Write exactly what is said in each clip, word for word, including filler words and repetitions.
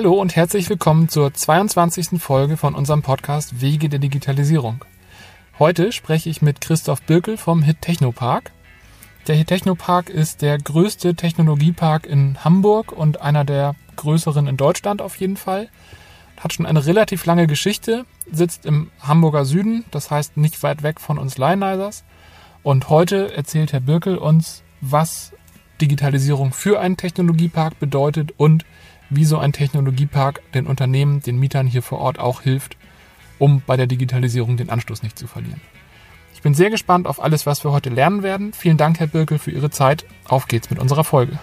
Hallo und herzlich willkommen zur zweiundzwanzigsten Folge von unserem Podcast Wege der Digitalisierung. Heute spreche ich mit Christoph Birkel vom HIT Technopark. Der HIT Technopark ist der größte Technologiepark in Hamburg und einer der größeren in Deutschland auf jeden Fall. Hat schon eine relativ lange Geschichte, sitzt im Hamburger Süden, das heißt nicht weit weg von uns Lionizers. Und heute erzählt Herr Birkel uns, was Digitalisierung für einen Technologiepark bedeutet und wie so ein Technologiepark den Unternehmen, den Mietern hier vor Ort auch hilft, um bei der Digitalisierung den Anschluss nicht zu verlieren. Ich bin sehr gespannt auf alles, was wir heute lernen werden. Vielen Dank, Herr Birkel, für Ihre Zeit. Auf geht's mit unserer Folge.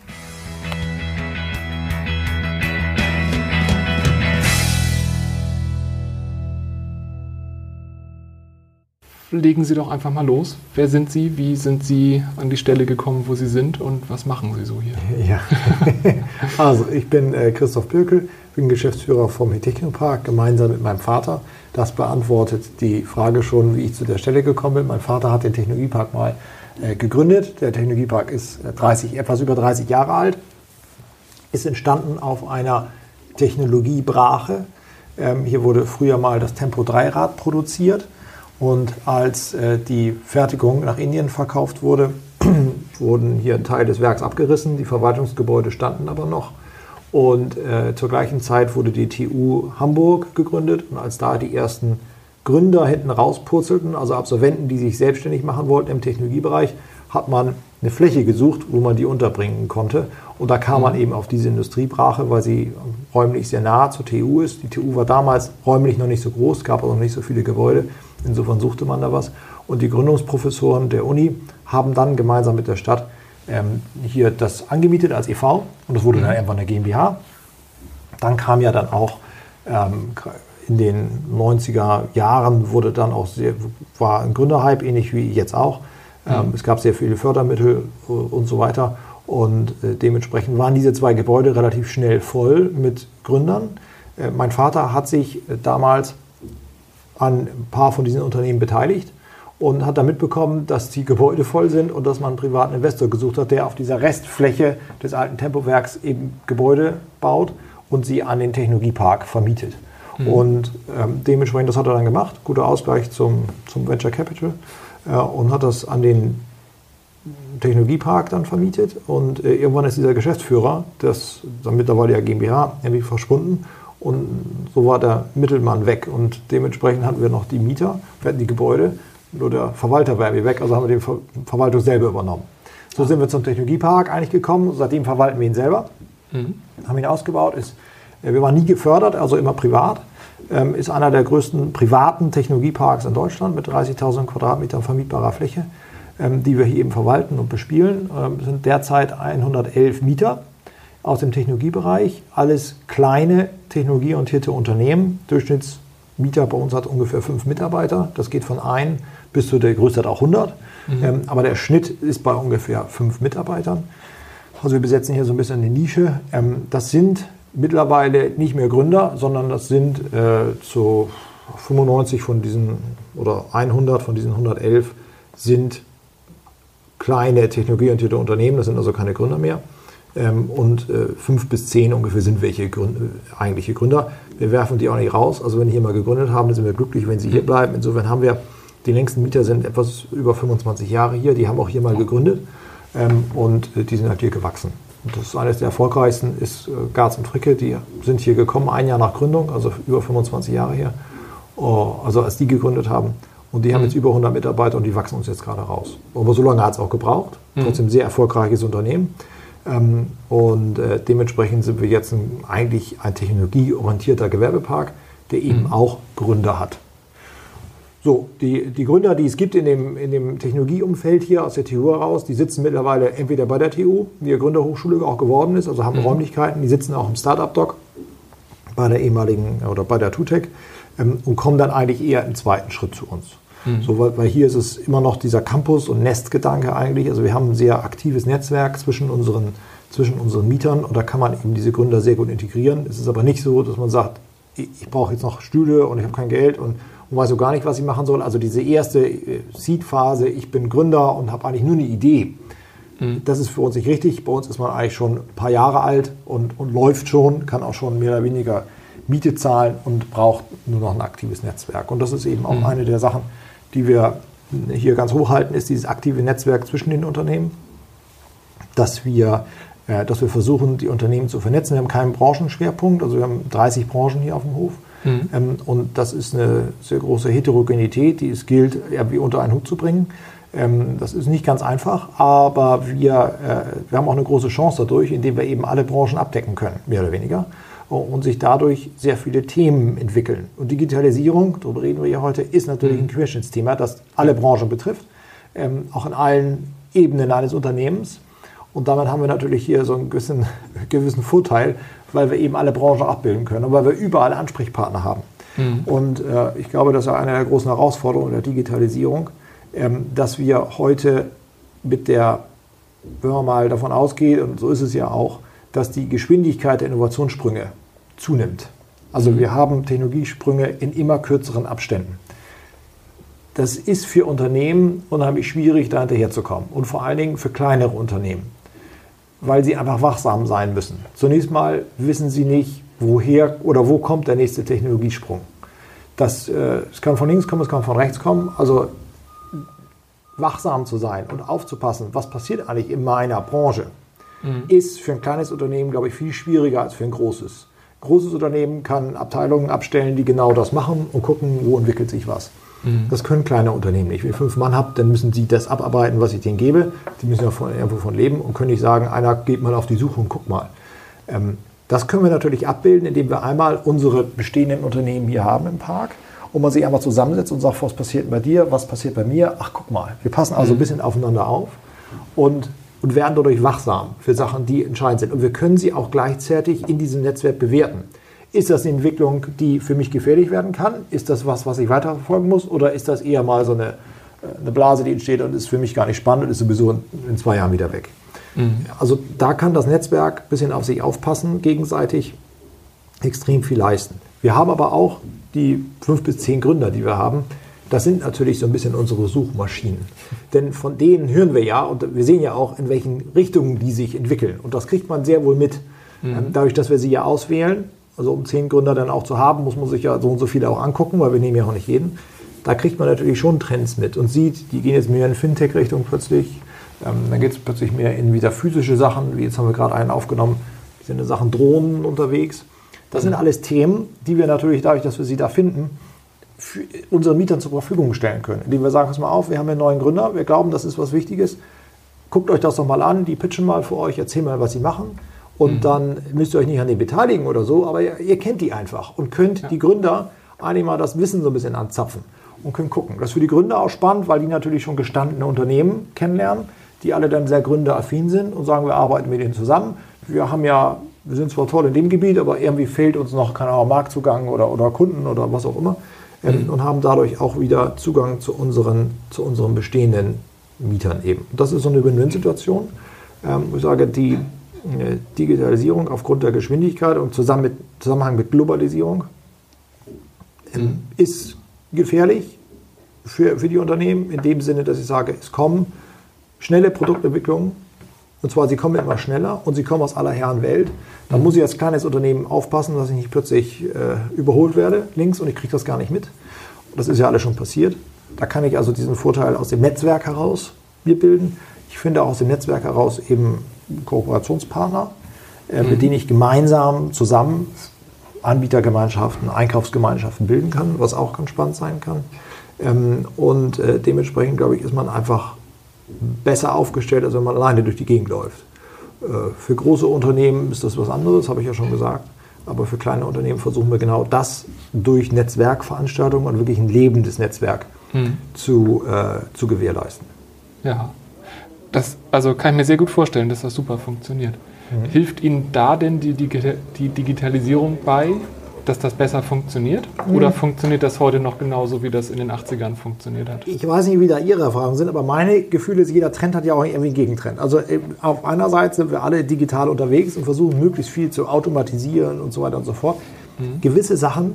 Legen Sie doch einfach mal los. Wer sind Sie? Wie sind Sie an die Stelle gekommen, wo Sie sind? Und was machen Sie so hier? Ja, also ich bin äh, Christoph Birkel, bin Geschäftsführer vom HIT Technopark, gemeinsam mit meinem Vater. Das beantwortet die Frage schon, wie ich zu der Stelle gekommen bin. Mein Vater hat den Technologiepark mal äh, gegründet. Der Technologiepark ist dreißig, etwas über dreißig Jahre alt, ist entstanden auf einer Technologiebrache. Ähm, hier wurde früher mal das Tempo drei Rad produziert. Und als äh, die Fertigung nach Indien verkauft wurde, wurden hier ein Teil des Werks abgerissen. Die Verwaltungsgebäude standen aber noch. Und äh, zur gleichen Zeit wurde die T U Hamburg gegründet. Und als da die ersten Gründer hinten rauspurzelten, also Absolventen, die sich selbstständig machen wollten im Technologiebereich, hat man eine Fläche gesucht, wo man die unterbringen konnte. Und da kam man eben auf diese Industriebrache, weil sie räumlich sehr nah zur T U ist. Die T U war damals räumlich noch nicht so groß, gab auch noch nicht so viele Gebäude. Insofern suchte man da was. Und die Gründungsprofessoren der Uni haben dann gemeinsam mit der Stadt ähm, hier das angemietet als E V. Und das wurde mhm. dann irgendwann eine GmbH. Dann kam ja dann auch ähm, in den neunziger Jahren wurde dann auch sehr, war ein Gründerhype, ähnlich wie jetzt auch. Ähm, mhm. Es gab sehr viele Fördermittel und so weiter. Und äh, dementsprechend waren diese zwei Gebäude relativ schnell voll mit Gründern. Äh, mein Vater hat sich äh, damals an ein paar von diesen Unternehmen beteiligt und hat dann mitbekommen, dass die Gebäude voll sind und dass man einen privaten Investor gesucht hat, der auf dieser Restfläche des alten Tempowerks eben Gebäude baut und sie an den Technologiepark vermietet. Mhm. Und ähm, dementsprechend, das hat er dann gemacht, guter Ausgleich zum, zum Venture Capital äh, und hat das an den Technologiepark dann vermietet und äh, irgendwann ist dieser Geschäftsführer, das dann mittlerweile ja GmbH, irgendwie verschwunden. Und so war der Mittelmann weg und dementsprechend hatten wir noch die Mieter, wir hatten die Gebäude, nur der Verwalter war irgendwie weg, also haben wir die Ver- Verwaltung selber übernommen. So sind wir zum Technologiepark eigentlich gekommen, seitdem verwalten wir ihn selber, mhm. haben ihn ausgebaut, ist, wir waren nie gefördert, also immer privat, ähm, ist einer der größten privaten Technologieparks in Deutschland mit dreißigtausend Quadratmetern vermietbarer Fläche, ähm, die wir hier eben verwalten und bespielen, ähm, sind derzeit hundertelf Mieter. Aus dem Technologiebereich, alles kleine technologieorientierte Unternehmen. Durchschnittsmieter bei uns hat ungefähr fünf Mitarbeiter. Das geht von ein bis zu der größte hat auch hundert. Mhm. Ähm, aber der Schnitt ist bei ungefähr fünf Mitarbeitern. Also wir besetzen hier so ein bisschen eine Nische. Ähm, das sind mittlerweile nicht mehr Gründer, sondern das sind äh, zu fünfundneunzig von diesen oder hundert von diesen hundertelf sind kleine technologieorientierte Unternehmen. Das sind also keine Gründer mehr. Ähm, und äh, fünf bis zehn ungefähr sind welche Gründ- äh, eigentliche Gründer. Wir werfen die auch nicht raus. Also wenn die hier mal gegründet haben, dann sind wir glücklich, wenn sie hier bleiben. Insofern haben wir, die längsten Mieter sind etwas über fünfundzwanzig Jahre hier. Die haben auch hier mal gegründet ähm, und äh, die sind halt hier gewachsen. Und das ist eines der erfolgreichsten, ist äh, Garz und Fricke. Die sind hier gekommen, ein Jahr nach Gründung, also über fünfundzwanzig Jahre her. Oh, also als die gegründet haben. Und die haben jetzt über hundert Mitarbeiter und die wachsen uns jetzt gerade raus. Aber so lange hat es auch gebraucht. Trotzdem sehr erfolgreiches Unternehmen. Ähm, und äh, dementsprechend sind wir jetzt ein, eigentlich ein technologieorientierter Gewerbepark, der eben mhm. auch Gründer hat. So, die, die Gründer, die es gibt in dem, in dem Technologieumfeld hier aus der T U heraus, die sitzen mittlerweile entweder bei der T U, die ja Gründerhochschule auch geworden ist, also haben mhm. Räumlichkeiten, die sitzen auch im Startup-Doc bei der ehemaligen oder bei der TUTEC ähm, und kommen dann eigentlich eher im zweiten Schritt zu uns. Mhm. So, weil, weil hier ist es immer noch dieser Campus- und Nestgedanke eigentlich. Also wir haben ein sehr aktives Netzwerk zwischen unseren, zwischen unseren Mietern und da kann man eben diese Gründer sehr gut integrieren. Es ist aber nicht so, dass man sagt, ich, ich brauche jetzt noch Stühle und ich habe kein Geld und, und weiß so gar nicht, was ich machen soll. Also diese erste Seed-Phase, ich bin Gründer und habe eigentlich nur eine Idee, Mhm. Das ist für uns nicht richtig. Bei uns ist man eigentlich schon ein paar Jahre alt und, und läuft schon, kann auch schon mehr oder weniger Miete zahlen und braucht nur noch ein aktives Netzwerk. Und das ist eben auch mhm. eine der Sachen, die wir hier ganz hochhalten, ist dieses aktive Netzwerk zwischen den Unternehmen, dass wir, äh, dass wir versuchen, die Unternehmen zu vernetzen. Wir haben keinen Branchenschwerpunkt, also wir haben dreißig Branchen hier auf dem Hof. Mhm. Ähm, und das ist eine sehr große Heterogenität, die es gilt, irgendwie unter einen Hut zu bringen. Ähm, das ist nicht ganz einfach, aber wir, äh, wir haben auch eine große Chance dadurch, indem wir eben alle Branchen abdecken können, mehr oder weniger. Und sich dadurch sehr viele Themen entwickeln. Und Digitalisierung, darüber reden wir ja heute, ist natürlich ein Querschnittsthema, das alle Branchen betrifft, ähm, auch in allen Ebenen eines Unternehmens. Und damit haben wir natürlich hier so einen gewissen, gewissen Vorteil, weil wir eben alle Branchen abbilden können und weil wir überall Ansprechpartner haben. Mhm. Und äh, ich glaube, das ist eine der großen Herausforderungen der Digitalisierung, ähm, dass wir heute mit der, wenn man mal davon ausgeht, und so ist es ja auch, dass die Geschwindigkeit der Innovationssprünge zunimmt. Also wir haben Technologiesprünge in immer kürzeren Abständen. Das ist für Unternehmen unheimlich schwierig, da hinterherzukommen. Und vor allen Dingen für kleinere Unternehmen, weil sie einfach wachsam sein müssen. Zunächst mal wissen sie nicht, woher oder wo kommt der nächste Technologiesprung. Das, äh, es kann von links kommen, es kann von rechts kommen. Also wachsam zu sein und aufzupassen, was passiert eigentlich in meiner Branche, mhm. ist für ein kleines Unternehmen, glaube ich, viel schwieriger als für ein großes. Ein großes Unternehmen kann Abteilungen abstellen, die genau das machen und gucken, wo entwickelt sich was. Mhm. Das können kleine Unternehmen nicht. Wenn ihr fünf Mann habt, dann müssen sie das abarbeiten, was ich denen gebe. Die müssen ja von, irgendwo von leben und können nicht sagen, einer geht mal auf die Suche und guck mal. Ähm, das können wir natürlich abbilden, indem wir einmal unsere bestehenden Unternehmen hier haben im Park und man sich einfach zusammensetzt und sagt, was passiert bei dir, was passiert bei mir? Ach, guck mal. Wir passen also mhm. ein bisschen aufeinander auf und und werden dadurch wachsam für Sachen, die entscheidend sind. Und wir können sie auch gleichzeitig in diesem Netzwerk bewerten. Ist das eine Entwicklung, die für mich gefährlich werden kann? Ist das was, was ich weiterverfolgen muss? Oder ist das eher mal so eine, eine Blase, die entsteht und ist für mich gar nicht spannend und ist sowieso in zwei Jahren wieder weg? Mhm. Also da kann das Netzwerk ein bisschen auf sich aufpassen, gegenseitig extrem viel leisten. Wir haben aber auch die fünf bis zehn Gründer, die wir haben. Das sind natürlich so ein bisschen unsere Suchmaschinen. Denn von denen hören wir ja und wir sehen ja auch, in welchen Richtungen die sich entwickeln. Und das kriegt man sehr wohl mit. Mhm. Dadurch, dass wir sie ja auswählen, also um zehn Gründer dann auch zu haben, muss man sich ja so und so viele auch angucken, weil wir nehmen ja auch nicht jeden. Da kriegt man natürlich schon Trends mit und sieht, die gehen jetzt mehr in Fintech-Richtung plötzlich. Dann geht es plötzlich mehr in wieder physische Sachen, wie jetzt haben wir gerade einen aufgenommen, die sind in Sachen Drohnen unterwegs. Das mhm. sind alles Themen, die wir natürlich dadurch, dass wir sie da finden, für unseren Mietern zur Verfügung stellen können. Indem wir sagen, pass mal auf, wir haben einen neuen Gründer, wir glauben, das ist was Wichtiges. Guckt euch das doch mal an, die pitchen mal für euch, erzählen mal, was sie machen. Und mhm. dann müsst ihr euch nicht an denen beteiligen oder so, aber ihr, ihr kennt die einfach und könnt ja. die Gründer eigentlich mal das Wissen so ein bisschen anzapfen und könnt gucken. Das ist für die Gründer auch spannend, weil die natürlich schon gestandene Unternehmen kennenlernen, die alle dann sehr gründeraffin sind und sagen, wir arbeiten mit denen zusammen. Wir haben ja, wir sind zwar toll in dem Gebiet, aber irgendwie fehlt uns noch, keine Ahnung, Marktzugang oder, oder Kunden oder was auch immer. Mhm. Und haben dadurch auch wieder Zugang zu unseren, zu unseren bestehenden Mietern eben. Das ist so eine Win-Win-Situation. Ähm, ich sage, die äh, Digitalisierung aufgrund der Geschwindigkeit und zusammen mit, Zusammenhang mit Globalisierung ähm, mhm. ist gefährlich für, für die Unternehmen, in dem Sinne, dass ich sage, es kommen schnelle Produktentwicklungen, und zwar sie kommen immer schneller und sie kommen aus aller Herren Welt. Da muss ich als kleines Unternehmen aufpassen, dass ich nicht plötzlich äh, überholt werde links und ich kriege das gar nicht mit. Und das ist ja alles schon passiert. Da kann ich also diesen Vorteil aus dem Netzwerk heraus mir bilden. Ich finde auch aus dem Netzwerk heraus eben Kooperationspartner, äh, mhm. mit denen ich gemeinsam zusammen Anbietergemeinschaften, Einkaufsgemeinschaften bilden kann, was auch ganz spannend sein kann. Ähm, und äh, dementsprechend, glaube ich, ist man einfach besser aufgestellt, als wenn man alleine durch die Gegend läuft. Für große Unternehmen ist das was anderes, habe ich ja schon gesagt. Aber für kleine Unternehmen versuchen wir genau das durch Netzwerkveranstaltungen und wirklich ein lebendes Netzwerk hm. zu, äh, zu gewährleisten. Ja, das also kann ich mir sehr gut vorstellen, dass das super funktioniert. Mhm. Hilft Ihnen da denn die, die, die Digitalisierung bei, dass das besser funktioniert? Mhm. Oder funktioniert das heute noch genauso, wie das in den achtzigern funktioniert hat? Ich weiß nicht, wie da Ihre Erfahrungen sind, aber meine Gefühle ist, jeder Trend hat ja auch irgendwie einen Gegentrend. Also auf einer Seite sind wir alle digital unterwegs und versuchen, möglichst viel zu automatisieren und so weiter und so fort. Mhm. Gewisse Sachen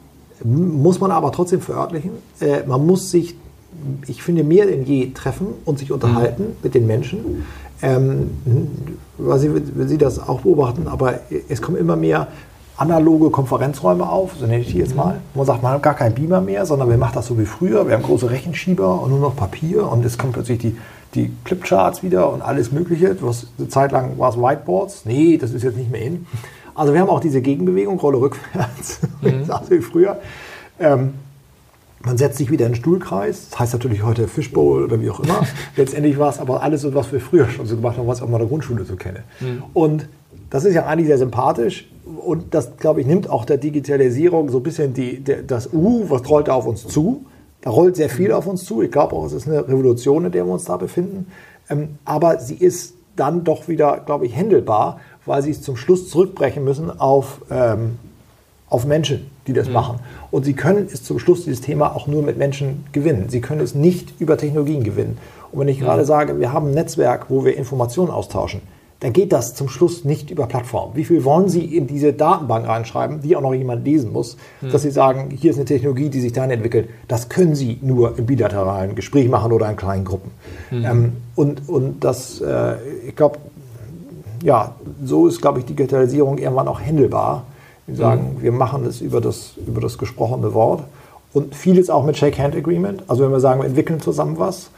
muss man aber trotzdem verörtlichen. Man muss sich, ich finde, mehr denn je treffen und sich unterhalten mhm. mit den Menschen. Ähm, weiß ich, wenn Sie das auch beobachten, aber es kommen immer mehr analoge Konferenzräume auf, so nenne ich die jetzt mal. Man sagt, man hat gar keinen Beamer mehr, sondern wir machen das so wie früher. Wir haben große Rechenschieber und nur noch Papier und es kommen plötzlich die, die Clipcharts wieder und alles Mögliche. Was, eine Zeit lang war es Whiteboards. Nee, das ist jetzt nicht mehr in. Also wir haben auch diese Gegenbewegung, Rolle rückwärts, mhm. so wie früher. Ähm, man setzt sich wieder in den Stuhlkreis. Das heißt natürlich heute Fishbowl oder wie auch immer. Letztendlich war es aber alles so, was wir früher schon so gemacht haben, was ich auch mal in der Grundschule so kenne. Mhm. Und das ist ja eigentlich sehr sympathisch und das, glaube ich, nimmt auch der Digitalisierung so ein bisschen die, der, das U, was rollt da auf uns zu. Da rollt sehr viel auf uns zu. Ich glaube auch, es ist eine Revolution, in der wir uns da befinden. Ähm, aber sie ist dann doch wieder, glaube ich, händelbar, weil sie es zum Schluss zurückbrechen müssen auf, ähm, auf Menschen, die das mhm. machen. Und sie können es zum Schluss, dieses Thema, auch nur mit Menschen gewinnen. Sie können es nicht über Technologien gewinnen. Und wenn ich mhm. gerade sage, wir haben ein Netzwerk, wo wir Informationen austauschen, dann geht das zum Schluss nicht über Plattformen. Wie viel wollen Sie in diese Datenbank reinschreiben, die auch noch jemand lesen muss, hm. dass Sie sagen, hier ist eine Technologie, die sich dahin entwickelt. Das können Sie nur im bilateralen Gespräch machen oder in kleinen Gruppen. Hm. Ähm, und, und das, äh, ich glaube, ja, so ist, glaube ich, Digitalisierung irgendwann auch händelbar. Wir sagen, hm. wir machen es über das, über das gesprochene Wort. Und vieles auch mit Shake-Hand-Agreement. Also wenn wir sagen, wir entwickeln zusammen was,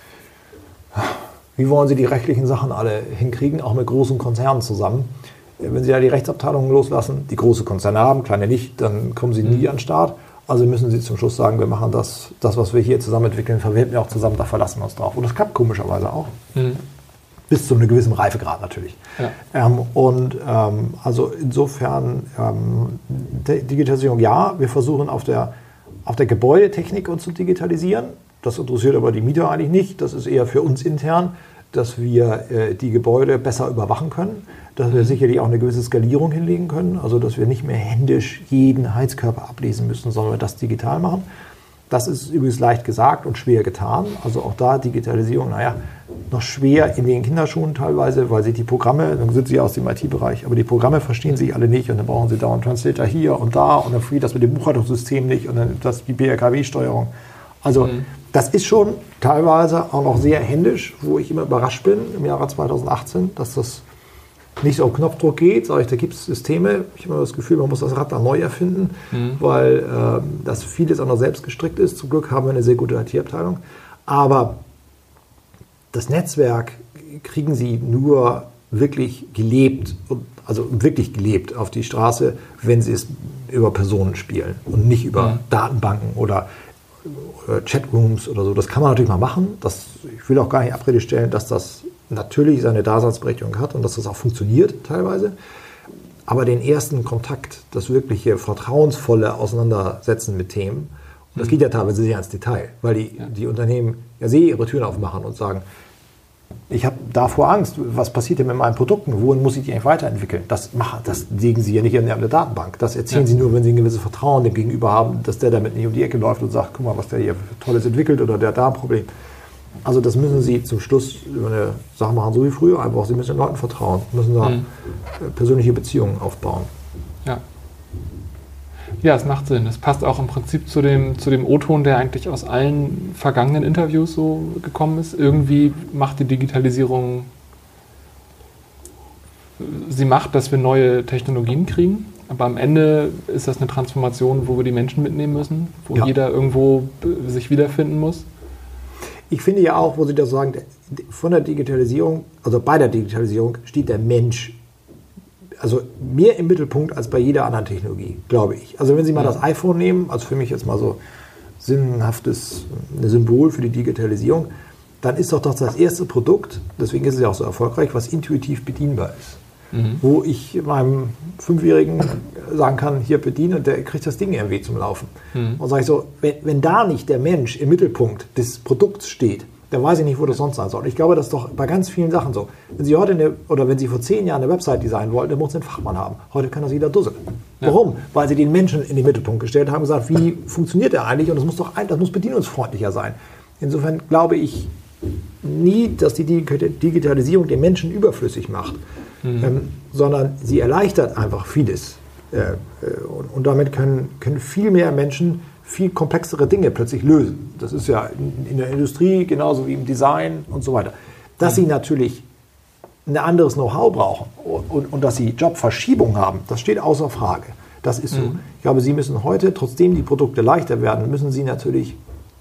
wie wollen Sie die rechtlichen Sachen alle hinkriegen, auch mit großen Konzernen zusammen? Wenn Sie da die Rechtsabteilungen loslassen, die große Konzerne haben, kleine nicht, dann kommen Sie nie an den Start. Also müssen Sie zum Schluss sagen, wir machen das, das was wir hier zusammen entwickeln, verwenden wir auch zusammen, da verlassen wir uns drauf. Und das klappt komischerweise auch. Mhm. Bis zu einem gewissen Reifegrad natürlich. Ja. Ähm, und ähm, also insofern, ähm, Digitalisierung ja, wir versuchen auf der, auf der Gebäudetechnik uns zu digitalisieren. Das interessiert aber die Mieter eigentlich nicht. Das ist eher für uns intern, dass wir äh, die Gebäude besser überwachen können, dass wir sicherlich auch eine gewisse Skalierung hinlegen können, also dass wir nicht mehr händisch jeden Heizkörper ablesen müssen, sondern wir das digital machen. Das ist übrigens leicht gesagt und schwer getan. Also auch da Digitalisierung, naja, noch schwer in den Kinderschuhen teilweise, weil sie die Programme, dann sind sie aus dem I T-Bereich, aber die Programme verstehen sich alle nicht und dann brauchen sie dauernd Translator hier und da und dann fehlt das mit dem Buchhaltungssystem nicht und dann das die B R K W-Steuerung. Also mhm. das ist schon teilweise auch noch sehr händisch, wo ich immer überrascht bin im Jahre zweitausendachtzehn, dass das nicht so auf Knopfdruck geht. Sag ich, da gibt es Systeme. Ich habe immer das Gefühl, man muss das Rad da neu erfinden, mhm. weil äh, das vieles auch noch selbst gestrickt ist. Zum Glück haben wir eine sehr gute I T-Abteilung. Aber das Netzwerk kriegen sie nur wirklich gelebt, also wirklich gelebt auf die Straße, wenn sie es über Personen spielen und nicht über mhm. Datenbanken oder Chatrooms oder so. Das kann man natürlich mal machen. Das, ich will auch gar nicht in Abrede stellen, dass das natürlich seine Daseinsberechtigung hat und dass das auch funktioniert teilweise. Aber den ersten Kontakt, das wirkliche vertrauensvolle Auseinandersetzen mit Themen, und das geht ja teilweise sehr ins Detail, weil die, ja. die Unternehmen ja sehr ihre Türen aufmachen und sagen, ich habe davor Angst, was passiert denn mit meinen Produkten, wohin muss ich die eigentlich weiterentwickeln? Das, machen, das legen sie ja nicht in der Datenbank. Das erzählen ja. sie nur, wenn sie ein gewisses Vertrauen dem Gegenüber haben, dass der damit nicht um die Ecke läuft und sagt, guck mal, was der hier Tolles entwickelt oder der hat da ein Problem. Also das müssen sie zum Schluss über eine Sache machen, so wie früher einfach. Sie müssen den Leuten vertrauen, müssen da mhm. persönliche Beziehungen aufbauen. Ja. Ja, es macht Sinn. Es passt auch im Prinzip zu dem, zu dem O-Ton, der eigentlich aus allen vergangenen Interviews so gekommen ist. Irgendwie macht die Digitalisierung, sie macht, dass wir neue Technologien kriegen, aber am Ende ist das eine Transformation, wo wir die Menschen mitnehmen müssen, wo ja. jeder irgendwo sich wiederfinden muss. Ich finde ja auch, wo Sie das sagen, von der Digitalisierung, also bei der Digitalisierung steht der Mensch also mehr im Mittelpunkt als bei jeder anderen Technologie, glaube ich. Also wenn Sie mal ja. das iPhone nehmen, also für mich jetzt mal so sinnhaftes Symbol für die Digitalisierung, dann ist doch das das erste Produkt, deswegen ist es ja auch so erfolgreich, was intuitiv bedienbar ist. Mhm. Wo ich meinem Fünfjährigen sagen kann, hier bedienen, und der kriegt das Ding irgendwie zum Laufen. Mhm. Und sage ich so, wenn, wenn da nicht der Mensch im Mittelpunkt des Produkts steht, dann weiß ich nicht, wo das sonst sein soll. Und ich glaube, das ist doch bei ganz vielen Sachen so. Wenn Sie heute eine, oder wenn Sie vor zehn Jahren eine Website designen wollten, dann muss Sie einen Fachmann haben. Heute kann das jeder Dussel. Ja. Warum? Weil Sie den Menschen in den Mittelpunkt gestellt haben und gesagt, wie funktioniert der eigentlich? Und das muss doch ein, das muss bedienungsfreundlicher sein. Insofern glaube ich nie, dass die Digitalisierung den Menschen überflüssig macht, mhm. ähm, sondern sie erleichtert einfach vieles. Äh, und, und damit können, können viel mehr Menschen viel komplexere Dinge plötzlich lösen. Das ist ja in, in der Industrie genauso wie im Design und so weiter. Dass mhm. sie natürlich ein anderes Know-how brauchen und, und, und dass sie Jobverschiebung haben, das steht außer Frage. Das ist so. Mhm. Ich glaube, Sie müssen heute, trotzdem die Produkte leichter werden, müssen Sie natürlich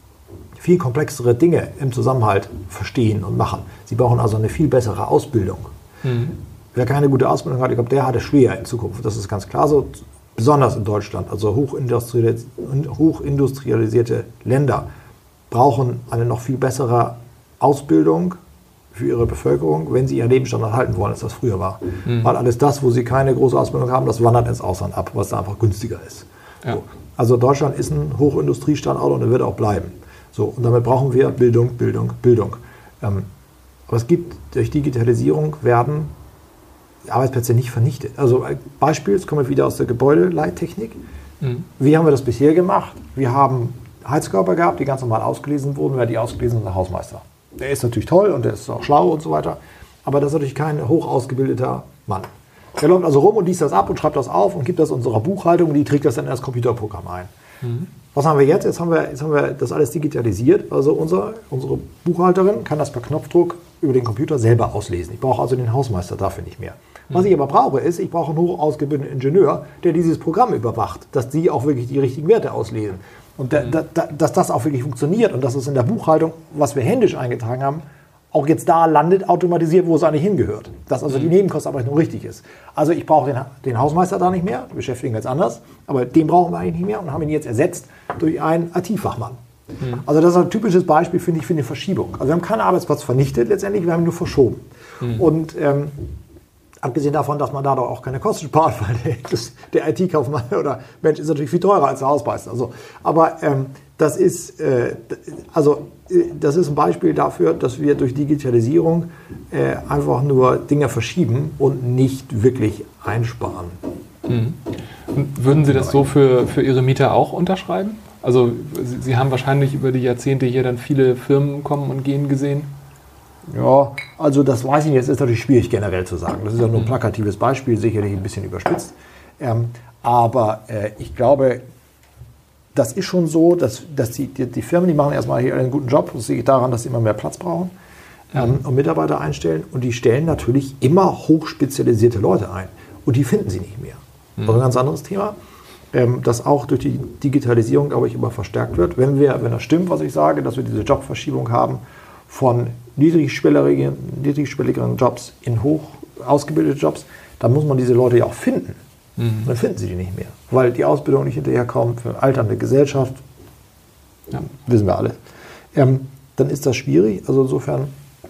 viel komplexere Dinge im Zusammenhalt verstehen und machen. Sie brauchen also eine viel bessere Ausbildung. Mhm. Wer keine gute Ausbildung hat, ich glaube, der hat es schwer in Zukunft. Das ist ganz klar so, besonders in Deutschland. Also hochindustrialis- hochindustrialisierte Länder brauchen eine noch viel bessere Ausbildung für ihre Bevölkerung, wenn sie ihren Lebensstandard halten wollen, als das früher war. Mhm. Weil alles das, wo sie keine große Ausbildung haben, das wandert ins Ausland ab, was da einfach günstiger ist. Ja. So. Also Deutschland ist ein Hochindustriestandort und er wird auch bleiben. So, und damit brauchen wir Bildung, Bildung, Bildung. Ähm, aber es gibt, durch Digitalisierung werden Arbeitsplätze nicht vernichtet. Also Beispiel, jetzt kommen wir wieder aus der Gebäudeleittechnik. Mhm. Wie haben wir das bisher gemacht? Wir haben Heizkörper gehabt, die ganz normal ausgelesen wurden. Wer die ausgelesen hat, der Hausmeister. Der ist natürlich toll und der ist auch schlau und so weiter. Aber das ist natürlich kein hochausgebildeter Mann. Der läuft also rum und liest das ab und schreibt das auf und gibt das unserer Buchhaltung und die trägt das dann in das Computerprogramm ein. Mhm. Was haben wir jetzt? Jetzt haben wir, jetzt haben wir das alles digitalisiert. Also unser, unsere Buchhalterin kann das per Knopfdruck über den Computer selber auslesen. Ich brauche also den Hausmeister dafür nicht mehr. Mhm. Was ich aber brauche, ist, ich brauche einen hochausgebildeten Ingenieur, der dieses Programm überwacht, dass die auch wirklich die richtigen Werte auslesen. Und da, da, da, dass das auch wirklich funktioniert und dass es in der Buchhaltung, was wir händisch eingetragen haben, auch jetzt da landet, automatisiert, wo es eigentlich hingehört. Dass also die Nebenkostenabrechnung richtig ist. Also ich brauche den, den Hausmeister da nicht mehr, wir beschäftigen jetzt anders, aber den brauchen wir eigentlich nicht mehr und haben ihn jetzt ersetzt durch einen I T-Fachmann. Mhm. Also das ist ein typisches Beispiel, finde ich, für eine Verschiebung. Also wir haben keinen Arbeitsplatz vernichtet letztendlich, wir haben ihn nur verschoben. Mhm. Und ähm, abgesehen davon, dass man dadurch auch keine Kosten spart, weil der, das, der I T-Kaufmann oder Mensch ist natürlich viel teurer als der Hausmeister. Also, aber ähm, das ist, äh, also, das ist ein Beispiel dafür, dass wir durch Digitalisierung äh, einfach nur Dinge verschieben und nicht wirklich einsparen. Mhm. Und würden Sie das so für, für Ihre Mieter auch unterschreiben? Also Sie, Sie haben wahrscheinlich über die Jahrzehnte hier dann viele Firmen kommen und gehen gesehen. Ja, also das weiß ich nicht, das ist natürlich schwierig generell zu sagen. Das ist ja nur ein plakatives Beispiel, sicherlich ein bisschen überspitzt. Ähm, aber äh, ich glaube, das ist schon so, dass, dass die, die, die Firmen, die machen erstmal hier einen guten Job. Das liegt daran, dass sie immer mehr Platz brauchen ähm, und Mitarbeiter einstellen. Und die stellen natürlich immer hochspezialisierte Leute ein. Und die finden sie nicht mehr. Mhm. Das ist ein ganz anderes Thema, ähm, das auch durch die Digitalisierung, glaube ich, immer verstärkt wird. Wenn wir, wenn das stimmt, was ich sage, dass wir diese Jobverschiebung haben von niedrigschwelligen, niedrigschwelligeren Jobs in hoch ausgebildete Jobs, dann muss man diese Leute ja auch finden. Mhm. Dann finden sie die nicht mehr, weil die Ausbildung nicht hinterherkommt für eine alternde Gesellschaft, ja. Wissen wir alle. Ähm, dann ist das schwierig. Also insofern,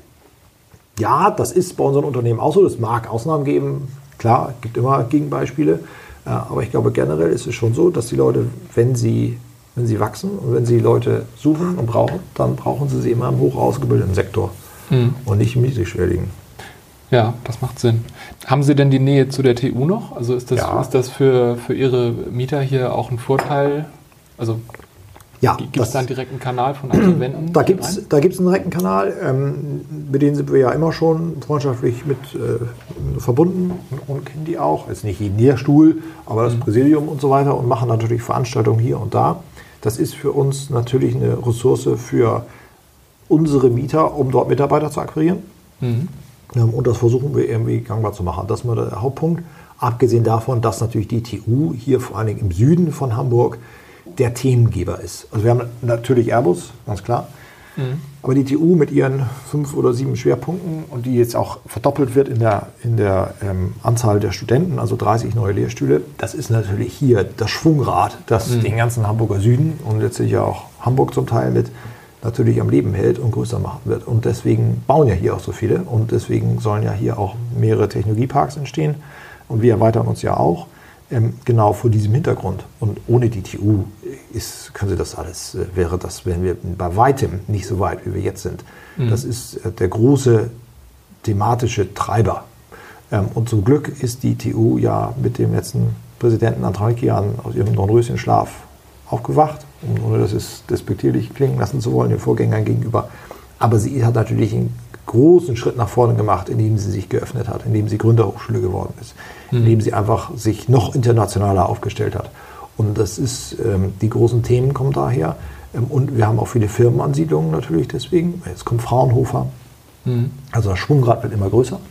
ja, das ist bei unseren Unternehmen auch so. Es mag Ausnahmen geben, klar, es gibt immer Gegenbeispiele. Äh, aber ich glaube, generell ist es schon so, dass die Leute, wenn sie, wenn sie wachsen und wenn sie Leute suchen und brauchen, dann brauchen sie sie immer im hoch ausgebildeten Sektor mhm. und nicht im niedrigschwelligen. Ja, das macht Sinn. Haben Sie denn die Nähe zu der T U noch? Also ist das, ja. ist das für, für Ihre Mieter hier auch ein Vorteil? Also ja, gibt es da einen direkten Kanal von Absolventen? Da gibt es da gibt's einen direkten Kanal, ähm, mit denen sind wir ja immer schon freundschaftlich mit äh, verbunden und kennen die auch. Jetzt nicht jeden Lehrstuhl, aber das mhm. Präsidium und so weiter und machen natürlich Veranstaltungen hier und da. Das ist für uns natürlich eine Ressource für unsere Mieter, um dort Mitarbeiter zu akquirieren. Mhm. Und das versuchen wir irgendwie gangbar zu machen. Das ist mal der Hauptpunkt. Abgesehen davon, dass natürlich die T U hier vor allen Dingen im Süden von Hamburg der Themengeber ist. Also wir haben natürlich Airbus, ganz klar. Mhm. Aber die T U mit ihren fünf oder sieben Schwerpunkten und die jetzt auch verdoppelt wird in der, in der ähm, Anzahl der Studenten, also dreißig neue Lehrstühle, das ist natürlich hier das Schwungrad, das mhm. den ganzen Hamburger Süden und letztlich ja auch Hamburg zum Teil mit natürlich am Leben hält und größer machen wird. Und deswegen bauen ja hier auch so viele und deswegen sollen ja hier auch mehrere Technologieparks entstehen und wir erweitern uns ja auch ähm, genau vor diesem Hintergrund. Und ohne die T U ist, können Sie das alles, äh, wäre das, wären wir bei weitem nicht so weit, wie wir jetzt sind. Mhm. Das ist äh, der große thematische Treiber. Ähm, und zum Glück ist die T U ja mit dem letzten Präsidenten Antonekian aus ihrem Dornröschenschlaf aufgewacht, ohne das ist despektierlich klingen lassen zu wollen, den Vorgängern gegenüber. Aber sie hat natürlich einen großen Schritt nach vorne gemacht, indem sie sich geöffnet hat, indem sie Gründerhochschule geworden ist, mhm. indem sie einfach sich noch internationaler aufgestellt hat. Und das ist, ähm, die großen Themen kommen daher. Ähm, und wir haben auch viele Firmenansiedlungen natürlich deswegen. Jetzt kommt Fraunhofer. Mhm. Also das Schwungrad wird immer größer.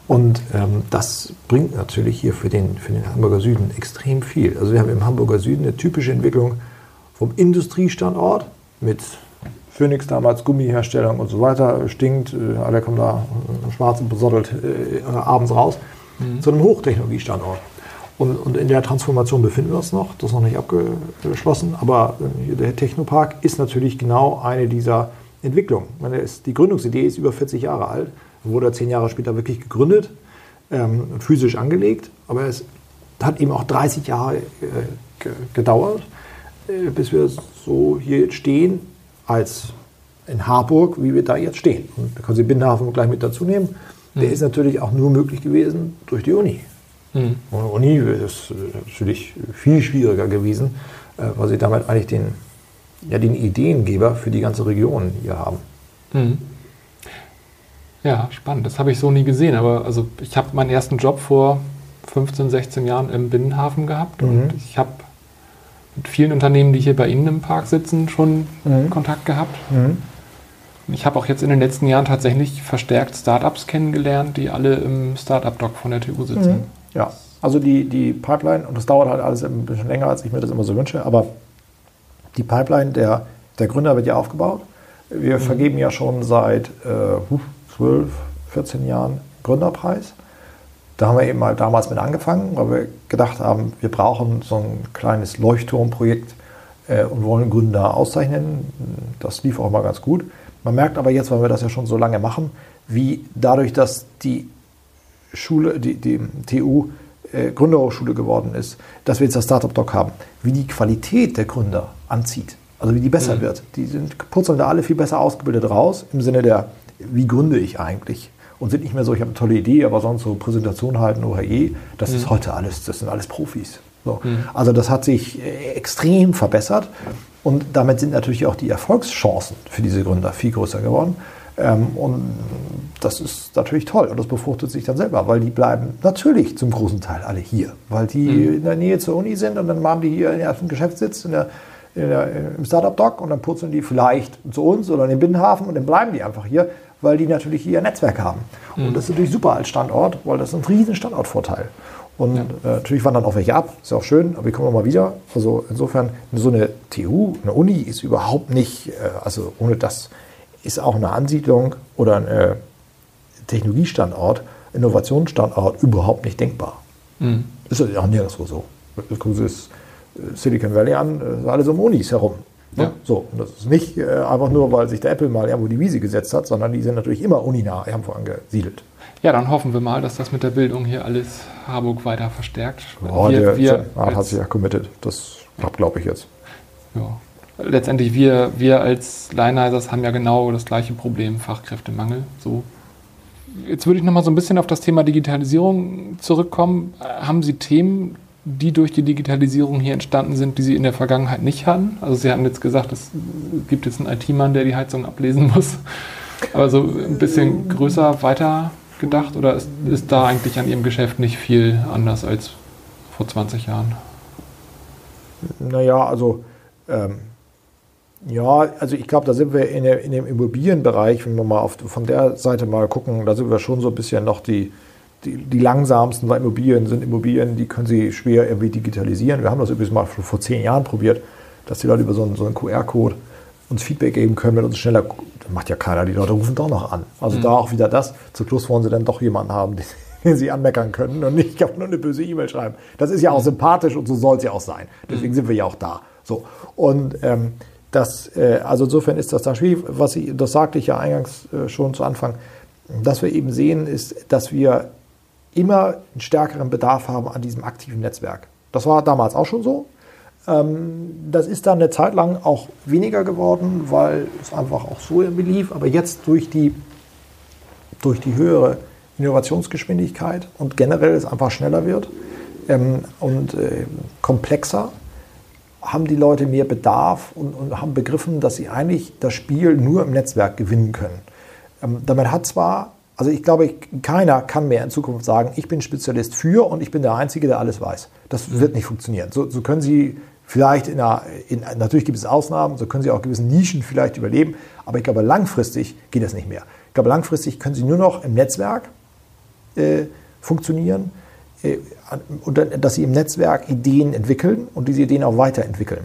Und ähm, das bringt natürlich hier für den, für den Hamburger Süden extrem viel. Also wir haben im Hamburger Süden eine typische Entwicklung vom Industriestandort mit Phoenix damals, Gummiherstellung und so weiter, stinkt, äh, alle kommen da äh, schwarz und besottelt äh, abends raus, mhm. zu einem Hochtechnologiestandort. Und, und in der Transformation befinden wir uns noch, das ist noch nicht abgeschlossen, aber äh, der Technopark ist natürlich genau eine dieser Entwicklungen. Ich meine, ist, die Gründungsidee ist über vierzig Jahre alt, wurde zehn Jahre später wirklich gegründet, ähm, physisch angelegt, aber es hat eben auch dreißig Jahre äh, ge- gedauert, äh, bis wir so hier stehen, als in Harburg, wie wir da jetzt stehen. Und da können Sie Binnenhafen gleich mit dazu nehmen. Der mhm. ist natürlich auch nur möglich gewesen durch die Uni. Mhm. Ohne Uni ist natürlich viel schwieriger gewesen, weil Sie damit eigentlich den, ja, den Ideengeber für die ganze Region hier haben. Mhm. Ja, spannend. Das habe ich so nie gesehen. Aber also ich habe meinen ersten Job vor fünfzehn, sechzehn Jahren im Binnenhafen gehabt. Mhm. Und ich habe mit vielen Unternehmen, die hier bei Ihnen im Park sitzen, schon mhm. Kontakt gehabt. Mhm. Ich habe auch jetzt in den letzten Jahren tatsächlich verstärkt Startups kennengelernt, die alle im Startup-Doc von der T U sitzen. Mhm. Ja, also die, die Pipeline, und das dauert halt alles ein bisschen länger, als ich mir das immer so wünsche, aber die Pipeline der, der Gründer wird ja aufgebaut. Wir mhm. vergeben ja schon seit äh, zwölf, vierzehn Jahren Gründerpreis. Da haben wir eben mal damals mit angefangen, weil wir gedacht haben, wir brauchen so ein kleines Leuchtturmprojekt äh, und wollen Gründer auszeichnen. Das lief auch mal ganz gut. Man merkt aber jetzt, weil wir das ja schon so lange machen, wie dadurch, dass die Schule, die, die T U äh, Gründerhochschule geworden ist, dass wir jetzt das Startup-Doc haben, wie die Qualität der Gründer anzieht, also wie die besser mhm. wird. Die sind, purzeln da alle viel besser ausgebildet raus, im Sinne der, wie gründe ich eigentlich? Und sind nicht mehr so, ich habe eine tolle Idee, aber sonst so Präsentation halten, oh je, das mhm. ist heute alles, das sind alles Profis. So. Mhm. Also das hat sich äh, extrem verbessert und damit sind natürlich auch die Erfolgschancen für diese Gründer viel größer geworden. Ähm, und das ist natürlich toll und das befruchtet sich dann selber, weil die bleiben natürlich zum großen Teil alle hier, weil die mhm. in der Nähe zur Uni sind und dann haben die hier ihren ersten Geschäftssitz in der, in der, im Startup-Doc und dann purzeln die vielleicht zu uns oder in den Binnenhafen und dann bleiben die einfach hier, weil die natürlich hier ein Netzwerk haben. Mhm. Und das ist natürlich super als Standort, weil das ist ein riesen Standortvorteil. Und ja. äh, natürlich wandern auch welche ab, ist ja auch schön, aber wir kommen mal wieder. Also insofern, so eine T U, eine Uni ist überhaupt nicht, äh, also ohne das ist auch eine Ansiedlung oder ein äh, Technologiestandort, Innovationsstandort überhaupt nicht denkbar. Mhm. Ist ja auch nirgendwo so. Gucken Sie das Silicon Valley an, ist alles um Unis herum. Ja. So, und das ist nicht äh, einfach nur, weil sich der Apple mal irgendwo die Wiese gesetzt hat, sondern die sind natürlich immer uninah irgendwo angesiedelt. Ja, dann hoffen wir mal, dass das mit der Bildung hier alles Harburg weiter verstärkt. Oh, wir, der wir Art hat sich ja committed. Das glaube ich jetzt. Ja. Letztendlich, wir, wir als Lionizers haben ja genau das gleiche Problem, Fachkräftemangel. So. Jetzt würde ich nochmal so ein bisschen auf das Thema Digitalisierung zurückkommen. Haben Sie Themen, die durch die Digitalisierung hier entstanden sind, die Sie in der Vergangenheit nicht hatten? Also Sie haben jetzt gesagt, es gibt jetzt einen I T-Mann, der die Heizung ablesen muss. Aber so ein bisschen größer weiter gedacht? Oder ist, ist da eigentlich an Ihrem Geschäft nicht viel anders als vor zwanzig Jahren? Naja, also ähm, ja, also ich glaube, da sind wir in, der, in dem Immobilienbereich, wenn wir mal auf, von der Seite mal gucken, da sind wir schon so ein bisschen noch die Die, die langsamsten, weil Immobilien sind Immobilien, die können Sie schwer irgendwie digitalisieren. Wir haben das übrigens mal vor zehn Jahren probiert, dass die Leute über so einen, so einen Q R-Code uns Feedback geben können, wenn uns schneller, das macht ja keiner, die Leute rufen doch noch an. Also mhm. da auch wieder das, zum Schluss wollen Sie dann doch jemanden haben, den, den Sie anmeckern können und nicht nur eine böse E-Mail schreiben. Das ist ja auch sympathisch und so soll es ja auch sein. Deswegen mhm. sind wir ja auch da. So. Und ähm, das, äh, also insofern ist das da schwierig. Was ich, das sagte ich ja eingangs äh, schon zu Anfang, dass wir eben sehen, ist, dass wir immer einen stärkeren Bedarf haben an diesem aktiven Netzwerk. Das war damals auch schon so. Das ist dann eine Zeit lang auch weniger geworden, weil es einfach auch so irgendwie lief. Aber jetzt durch die, durch die höhere Innovationsgeschwindigkeit und generell es einfach schneller wird und komplexer, haben die Leute mehr Bedarf und, und haben begriffen, dass sie eigentlich das Spiel nur im Netzwerk gewinnen können. Damit hat zwar Also ich glaube, keiner kann mehr in Zukunft sagen, ich bin Spezialist für und ich bin der Einzige, der alles weiß. Das mhm. wird nicht funktionieren. So, so können Sie vielleicht, in einer, in, natürlich gibt es Ausnahmen, so können Sie auch gewissen Nischen vielleicht überleben, aber ich glaube, langfristig geht das nicht mehr. Ich glaube, langfristig können Sie nur noch im Netzwerk äh, funktionieren äh, und dann, dass sie im Netzwerk Ideen entwickeln und diese Ideen auch weiterentwickeln.